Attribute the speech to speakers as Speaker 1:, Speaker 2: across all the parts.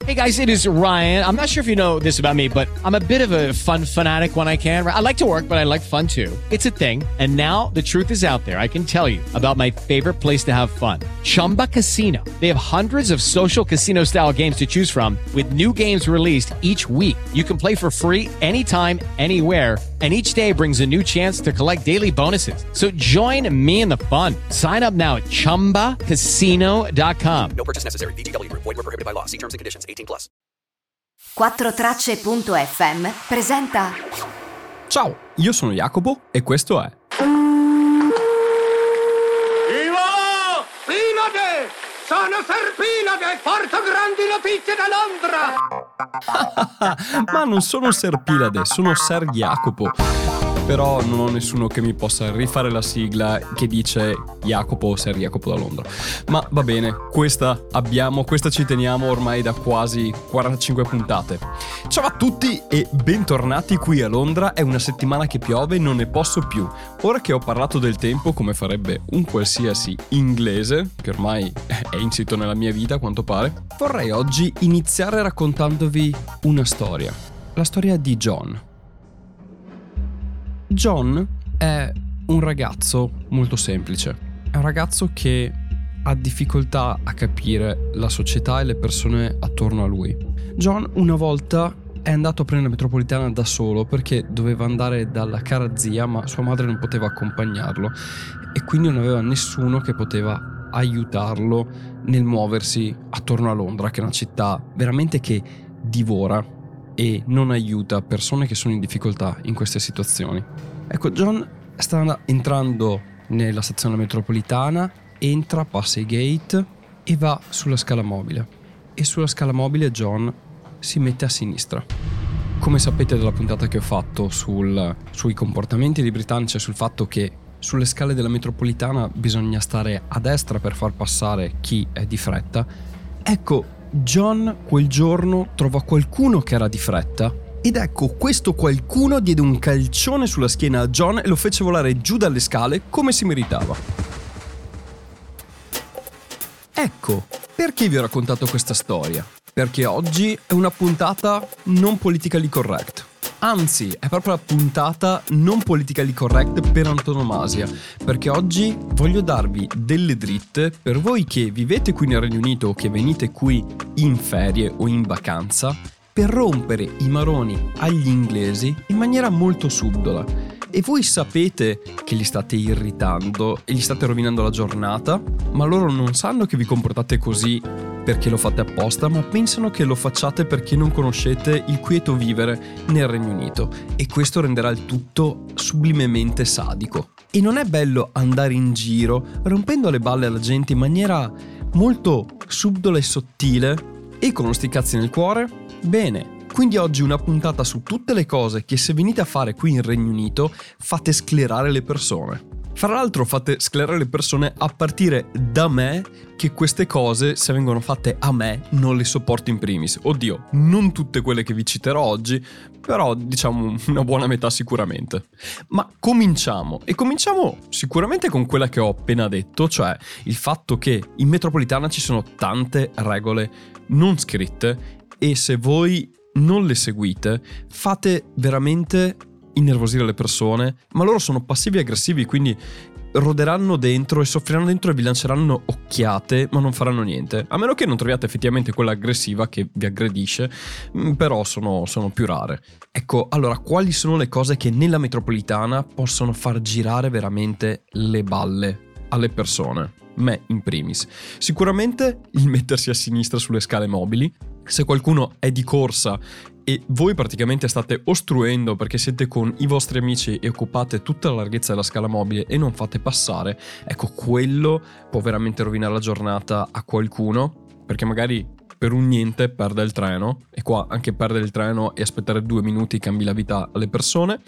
Speaker 1: Hey guys, it is Ryan. I'm not sure if you know this about me, but I'm a bit of a fun fanatic when I can. I like to work, but I like fun too. It's a thing. And now the truth is out there. I can tell you about my favorite place to have fun. Chumba Casino. They have hundreds of social casino style games to choose from with new games released each week. You can play for free anytime, anywhere. And each day brings a new chance to collect daily bonuses. So join me in the fun. Sign up now at ChumbaCasino.com.
Speaker 2: No purchase necessary. VGW Group. Void where prohibited by law. See terms and conditions. 18+.
Speaker 3: Quattrotracce.fm presenta.
Speaker 4: Ciao, io sono Jacopo e questo è
Speaker 5: Viva! Pinade! Sono Serpinade! Porto grandi notizie da Londra!
Speaker 4: Ma non sono Serpilade, sono Ser Jacopo. Però non ho nessuno che mi possa rifare la sigla che dice Jacopo, Ser Jacopo da Londra. Ma va bene, questa ci teniamo ormai da quasi 45 puntate. Ciao a tutti e bentornati qui a Londra. È una settimana che piove, non ne posso più. Ora che ho parlato del tempo, come farebbe un qualsiasi inglese, che ormai è insito nella mia vita a quanto pare, vorrei oggi iniziare raccontandovi una storia. La storia di John. John è un ragazzo molto semplice. È un ragazzo che ha difficoltà a capire la società e le persone attorno a lui. John una volta è andato a prendere la metropolitana da solo perché doveva andare dalla cara zia, ma sua madre non poteva accompagnarlo e quindi non aveva nessuno che poteva aiutarlo nel muoversi attorno a Londra, che è una città veramente che divora e non aiuta persone che sono in difficoltà in queste situazioni. Ecco, John sta entrando nella stazione metropolitana, passa i gate e va sulla scala mobile. E sulla scala mobile John si mette a sinistra. Come sapete dalla puntata che ho fatto sui comportamenti dei britannici, sul fatto che sulle scale della metropolitana bisogna stare a destra per far passare chi è di fretta, ecco, John quel giorno trova qualcuno che era di fretta ed ecco, questo qualcuno diede un calcione sulla schiena a John e lo fece volare giù dalle scale come si meritava. Ecco, perché vi ho raccontato questa storia? Perché oggi è una puntata non politically correct. Anzi, è proprio la puntata non politically correct per antonomasia, perché oggi voglio darvi delle dritte per voi che vivete qui nel Regno Unito o che venite qui in ferie o in vacanza, per rompere i maroni agli inglesi in maniera molto subdola. E voi sapete che li state irritando e gli state rovinando la giornata, ma loro non sanno che vi comportate così perché lo fate apposta, ma pensano che lo facciate perché non conoscete il quieto vivere nel Regno Unito e questo renderà il tutto sublimemente sadico. E non è bello andare in giro rompendo le balle alla gente in maniera molto subdola e sottile e con lo sti cazzi nel cuore? Bene. Quindi oggi una puntata su tutte le cose che se venite a fare qui in Regno Unito fate sclerare le persone. Fra l'altro fate sclerare le persone a partire da me, che queste cose, se vengono fatte a me, non le sopporto in primis. Oddio, non tutte quelle che vi citerò oggi, però diciamo una buona metà sicuramente. Ma cominciamo, e cominciamo sicuramente con quella che ho appena detto, cioè il fatto che in metropolitana ci sono tante regole non scritte e se voi non le seguite fate veramente innervosire le persone, ma loro sono passivi e aggressivi, quindi roderanno dentro e soffriranno dentro e vi lanceranno occhiate, ma non faranno niente, a meno che non troviate effettivamente quella aggressiva che vi aggredisce, però sono più rare. Ecco, allora, quali sono le cose che nella metropolitana possono far girare veramente le balle alle persone? Me in primis. Sicuramente il mettersi a sinistra sulle scale mobili. Se qualcuno è di corsa e voi praticamente state ostruendo perché siete con i vostri amici e occupate tutta la larghezza della scala mobile e non fate passare, ecco, quello può veramente rovinare la giornata a qualcuno, perché magari per un niente perde il treno, e qua anche perdere il treno e aspettare 2 minuti cambi la vita alle persone.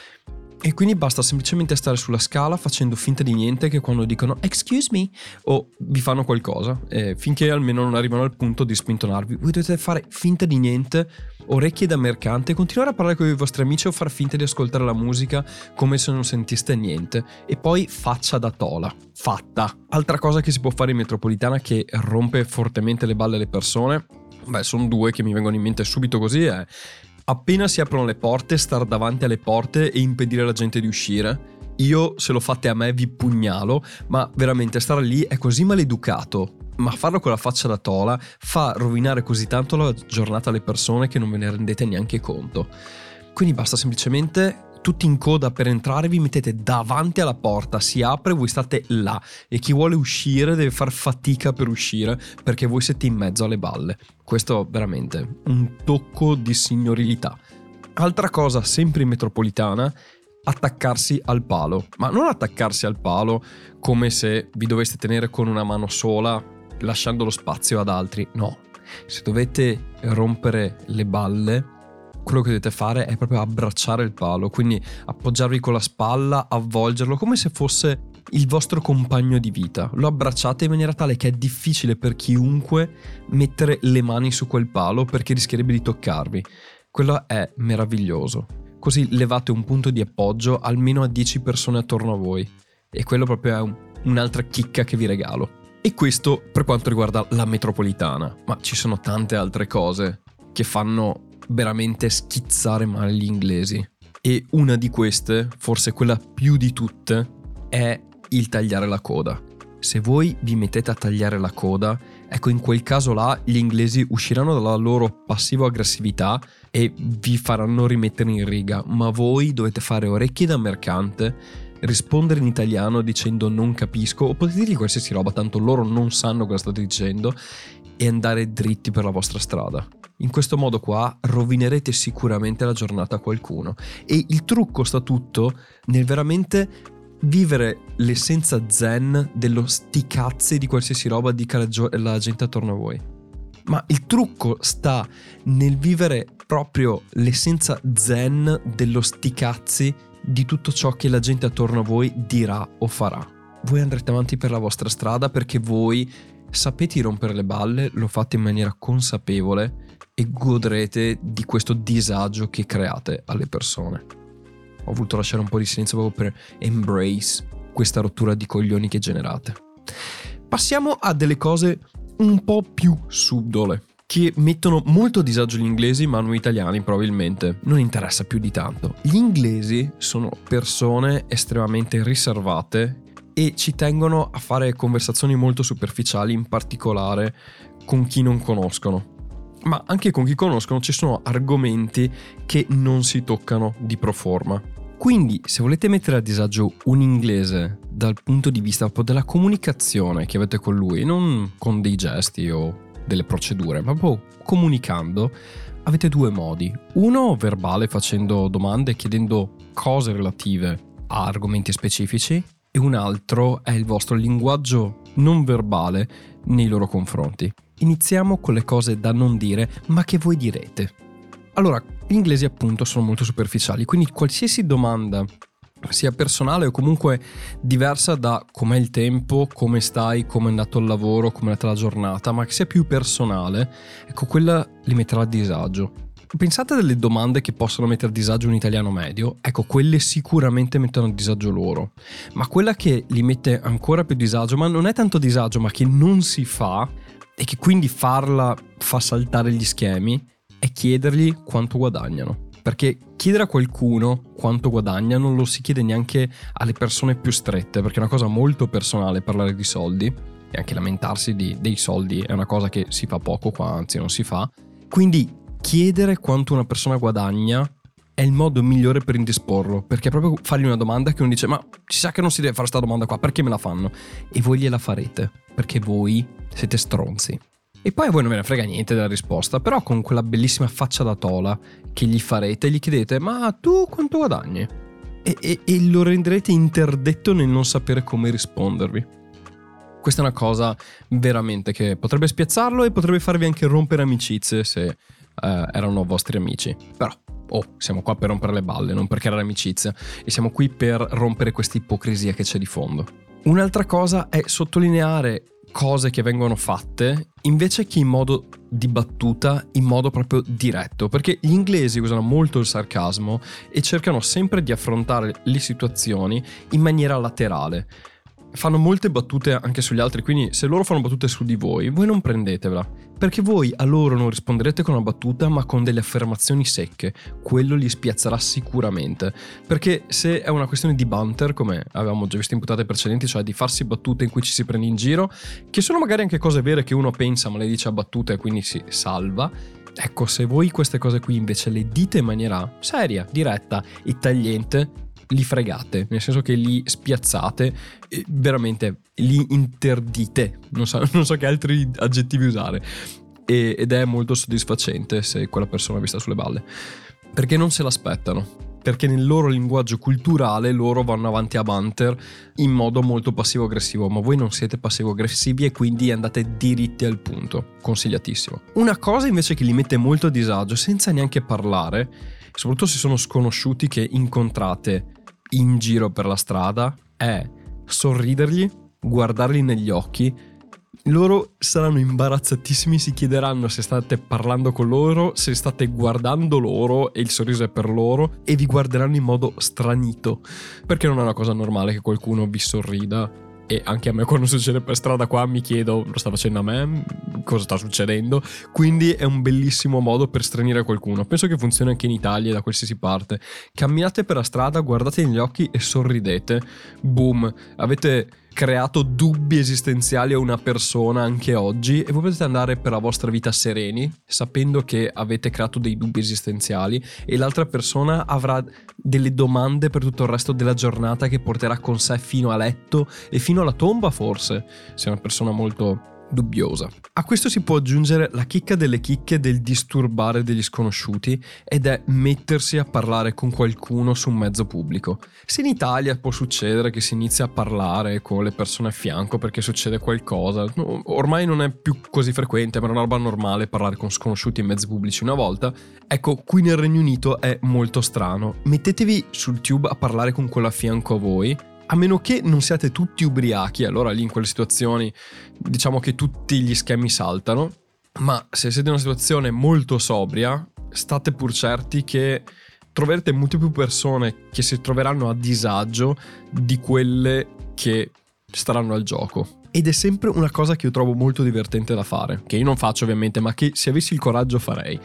Speaker 4: E quindi basta semplicemente stare sulla scala facendo finta di niente, che quando dicono excuse me o vi fanno qualcosa, finché almeno non arrivano al punto di spintonarvi, voi dovete fare finta di niente, orecchie da mercante, continuare a parlare con i vostri amici o far finta di ascoltare la musica come se non sentiste niente, e poi faccia da tola, fatta. Altra cosa che si può fare in metropolitana che rompe fortemente le balle alle persone: sono due che mi vengono in mente subito così, è appena si aprono le porte, star davanti alle porte e impedire alla gente di uscire. Io, se lo fate a me, vi pugnalo, ma veramente stare lì è così maleducato. Ma farlo con la faccia da tola fa rovinare così tanto la giornata alle persone che non ve ne rendete neanche conto. Quindi basta semplicemente tutti in coda per entrare, vi mettete davanti alla porta, si apre, voi state là e chi vuole uscire deve far fatica per uscire perché voi siete in mezzo alle balle. Questo è veramente un tocco di signorilità. Altra cosa, sempre in metropolitana, attaccarsi al palo, ma non attaccarsi al palo come se vi doveste tenere con una mano sola lasciando lo spazio ad altri. No, se dovete rompere le balle, quello che dovete fare è proprio abbracciare il palo, quindi appoggiarvi con la spalla, avvolgerlo come se fosse il vostro compagno di vita. Lo abbracciate in maniera tale che è difficile per chiunque mettere le mani su quel palo perché rischierebbe di toccarvi. Quello è meraviglioso. Così levate un punto di appoggio almeno a 10 persone attorno a voi e quello proprio è un'altra chicca che vi regalo. E questo per quanto riguarda la metropolitana, ma ci sono tante altre cose che fanno veramente schizzare male gli inglesi e una di queste, forse quella più di tutte, è il tagliare la coda. Se voi vi mettete a tagliare la coda, ecco, in quel caso là gli inglesi usciranno dalla loro passivo-aggressività e vi faranno rimettere in riga, ma voi dovete fare orecchie da mercante, rispondere in italiano dicendo non capisco, o potete dirgli qualsiasi roba, tanto loro non sanno cosa state dicendo, e andare dritti per la vostra strada. In questo modo qua rovinerete sicuramente la giornata a qualcuno. E il trucco sta tutto nel veramente vivere l'essenza zen dello sti cazzi di qualsiasi roba dica la gente attorno a voi. Ma il trucco sta nel vivere proprio l'essenza zen dello sti cazzi di tutto ciò che la gente attorno a voi dirà o farà. Voi andrete avanti per la vostra strada perché voi sapete rompere le balle, lo fate in maniera consapevole e godrete di questo disagio che create alle persone. Ho voluto lasciare un po' di silenzio proprio per embrace questa rottura di coglioni che generate. Passiamo a delle cose un po' più subdole, che mettono molto a disagio gli inglesi, ma a noi italiani probabilmente non interessa più di tanto. Gli inglesi sono persone estremamente riservate e ci tengono a fare conversazioni molto superficiali, in particolare con chi non conoscono. Ma anche con chi conoscono ci sono argomenti che non si toccano di pro forma. Quindi, se volete mettere a disagio un inglese dal punto di vista proprio della comunicazione che avete con lui, non con dei gesti o delle procedure, ma proprio comunicando, avete due modi. Uno verbale, facendo domande, chiedendo cose relative a argomenti specifici, e un altro è il vostro linguaggio non verbale nei loro confronti. Iniziamo con le cose da non dire, ma che voi direte. Allora, gli inglesi appunto sono molto superficiali, quindi qualsiasi domanda, sia personale o comunque diversa da com'è il tempo, come stai, come è andato il lavoro, come è andata la giornata, ma che sia più personale, ecco, quella li metterà a disagio. Pensate a delle domande che possono mettere a disagio un italiano medio, ecco, quelle sicuramente mettono a disagio loro. Ma quella che li mette ancora più a disagio, ma non è tanto disagio, ma che non si fa, e che quindi farla fa saltare gli schemi, è chiedergli quanto guadagnano. Perché chiedere a qualcuno quanto guadagna non lo si chiede neanche alle persone più strette, perché è una cosa molto personale parlare di soldi, e anche lamentarsi dei soldi è una cosa che si fa poco qua, anzi non si fa. Quindi chiedere quanto una persona guadagna è il modo migliore per indisporlo, perché è proprio fargli una domanda che uno dice ma ci sa che non si deve fare sta domanda qua, perché me la fanno? E voi gliela farete, perché voi siete stronzi. E poi a voi non ve ne frega niente della risposta, però con quella bellissima faccia da tola che gli farete, gli chiedete ma tu quanto guadagni? E lo renderete interdetto nel non sapere come rispondervi. Questa è una cosa veramente che potrebbe spiazzarlo e potrebbe farvi anche rompere amicizie se erano vostri amici. Però siamo qua per rompere le balle, non per creare amicizia, e siamo qui per rompere questa ipocrisia che c'è di fondo. Un'altra cosa è sottolineare cose che vengono fatte invece che in modo di battuta, in modo proprio diretto, perché gli inglesi usano molto il sarcasmo e cercano sempre di affrontare le situazioni in maniera laterale. fanno molte battute anche sugli altri, quindi se loro fanno battute su di voi non prendetevela, perché voi a loro non risponderete con una battuta ma con delle affermazioni secche. Quello li spiazzerà sicuramente, perché se è una questione di banter, come avevamo già visto in puntate precedenti, cioè di farsi battute in cui ci si prende in giro, che sono magari anche cose vere che uno pensa ma le dice a battute e quindi si salva. Ecco, se voi queste cose qui invece le dite in maniera seria, diretta e tagliente, li fregate, nel senso che li spiazzate, veramente li interdite, non so che altri aggettivi usare, ed è molto soddisfacente se quella persona vi sta sulle balle, perché non se l'aspettano, perché nel loro linguaggio culturale loro vanno avanti a banter in modo molto passivo-aggressivo, ma voi non siete passivo-aggressivi e quindi andate diritti al punto, consigliatissimo. Una cosa invece che li mette molto a disagio senza neanche parlare, soprattutto se sono sconosciuti che incontrate in giro per la strada, è sorridergli, guardarli negli occhi. Loro saranno imbarazzatissimi, si chiederanno se state parlando con loro, se state guardando loro e il sorriso è per loro, e vi guarderanno in modo stranito, perché non è una cosa normale che qualcuno vi sorrida. E anche a me quando succede per strada qua mi chiedo, lo sta facendo a me? Cosa sta succedendo? Quindi è un bellissimo modo per stranire qualcuno. Penso che funzioni anche in Italia, da qualsiasi parte. Camminate per la strada, guardate negli occhi e sorridete. Boom, avete creato dubbi esistenziali a una persona anche oggi e voi potete andare per la vostra vita sereni, sapendo che avete creato dei dubbi esistenziali e l'altra persona avrà delle domande per tutto il resto della giornata che porterà con sé fino a letto e fino alla tomba, forse, se è una persona molto dubbiosa. A questo si può aggiungere la chicca delle chicche del disturbare degli sconosciuti, ed è mettersi a parlare con qualcuno su un mezzo pubblico. Se in Italia può succedere che si inizi a parlare con le persone a fianco perché succede qualcosa, ormai non è più così frequente, ma è una roba normale parlare con sconosciuti in mezzi pubblici una volta. Ecco, qui nel Regno Unito è molto strano. Mettetevi sul tube a parlare con quello a fianco a voi, a meno che non siate tutti ubriachi, allora lì in quelle situazioni diciamo che tutti gli schemi saltano, ma se siete in una situazione molto sobria, state pur certi che troverete molte più persone che si troveranno a disagio di quelle che staranno al gioco. Ed è sempre una cosa che io trovo molto divertente da fare, che io non faccio ovviamente, ma che se avessi il coraggio farei.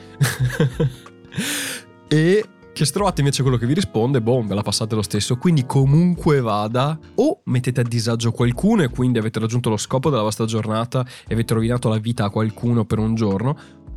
Speaker 4: E che se trovate invece quello che vi risponde, boh, ve la passate lo stesso. Quindi comunque vada, o mettete a disagio qualcuno e quindi avete raggiunto lo scopo della vostra giornata e avete rovinato la vita a qualcuno per un giorno,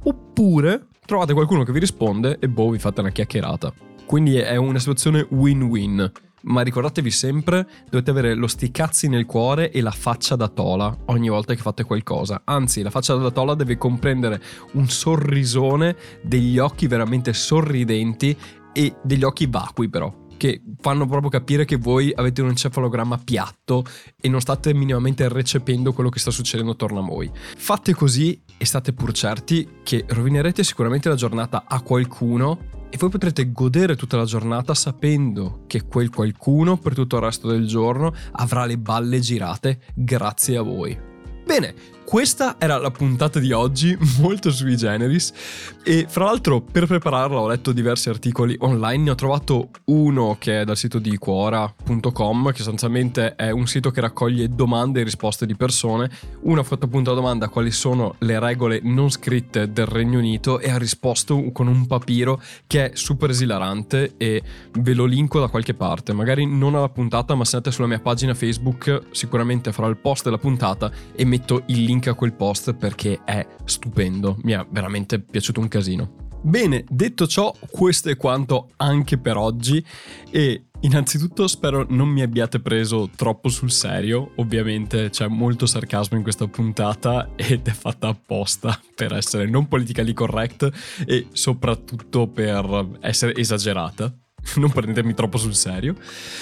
Speaker 4: oppure trovate qualcuno che vi risponde e boh, vi fate una chiacchierata. Quindi è una situazione win-win. Ma ricordatevi sempre, dovete avere lo sti cazzi nel cuore e la faccia da tola ogni volta che fate qualcosa. Anzi, la faccia da tola deve comprendere un sorrisone, degli occhi veramente sorridenti e degli occhi vacui però, che fanno proprio capire che voi avete un encefalogramma piatto e non state minimamente recependo quello che sta succedendo attorno a voi. Fate così e state pur certi che rovinerete sicuramente la giornata a qualcuno e voi potrete godere tutta la giornata sapendo che quel qualcuno per tutto il resto del giorno avrà le balle girate grazie a voi. Bene, questa era la puntata di oggi, molto sui generis, e fra l'altro per prepararla ho letto diversi articoli online. Ne ho trovato uno che è dal sito di Quora.com, che sostanzialmente è un sito che raccoglie domande e risposte di persone. Uno ha fatto appunto la domanda quali sono le regole non scritte del Regno Unito e ha risposto con un papiro che è super esilarante e ve lo linko da qualche parte, magari non alla puntata, ma se andate sulla mia pagina Facebook sicuramente farò il post della puntata e metto il link a quel post perché è stupendo, mi è veramente piaciuto un casino. Bene, detto ciò, questo è quanto anche per oggi e innanzitutto spero non mi abbiate preso troppo sul serio. Ovviamente c'è molto sarcasmo in questa puntata ed è fatta apposta per essere non politically correct e soprattutto per essere esagerata. Non prendetemi troppo sul serio.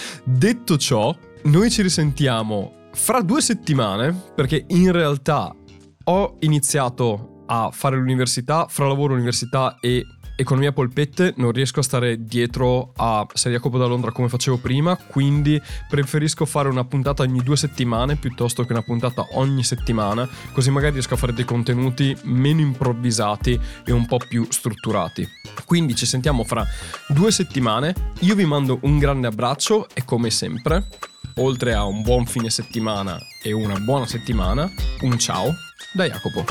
Speaker 4: Detto ciò, noi ci risentiamo fra 2 settimane, perché in realtà ho iniziato a fare l'università, fra lavoro, università e economia polpette, non riesco a stare dietro a Serie Jacopo da Londra come facevo prima, quindi preferisco fare una puntata ogni 2 settimane piuttosto che una puntata ogni settimana, così magari riesco a fare dei contenuti meno improvvisati e un po' più strutturati. Quindi ci sentiamo fra 2 settimane, io vi mando un grande abbraccio e come sempre Oltre a un buon fine settimana e una buona settimana, un ciao da Jacopo.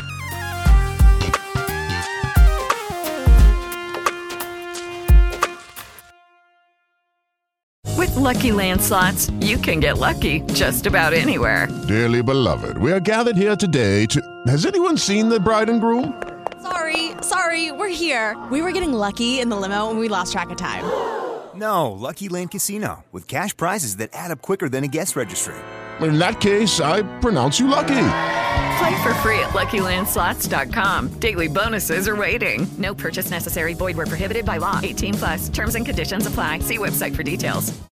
Speaker 6: With Lucky Land Slots, you can get lucky just about anywhere.
Speaker 7: Dearly beloved, we are gathered here today to... Has anyone seen the bride and groom?
Speaker 8: Sorry, we're here. We were getting lucky in the limo and we lost track of time.
Speaker 9: No, Lucky Land Casino, with cash prizes that add up quicker than a guest registry.
Speaker 7: In that case, I pronounce you lucky.
Speaker 6: Play for free at LuckyLandSlots.com. Daily bonuses are waiting. No purchase necessary. Void where prohibited by law. 18+. Terms and conditions apply. See website for details.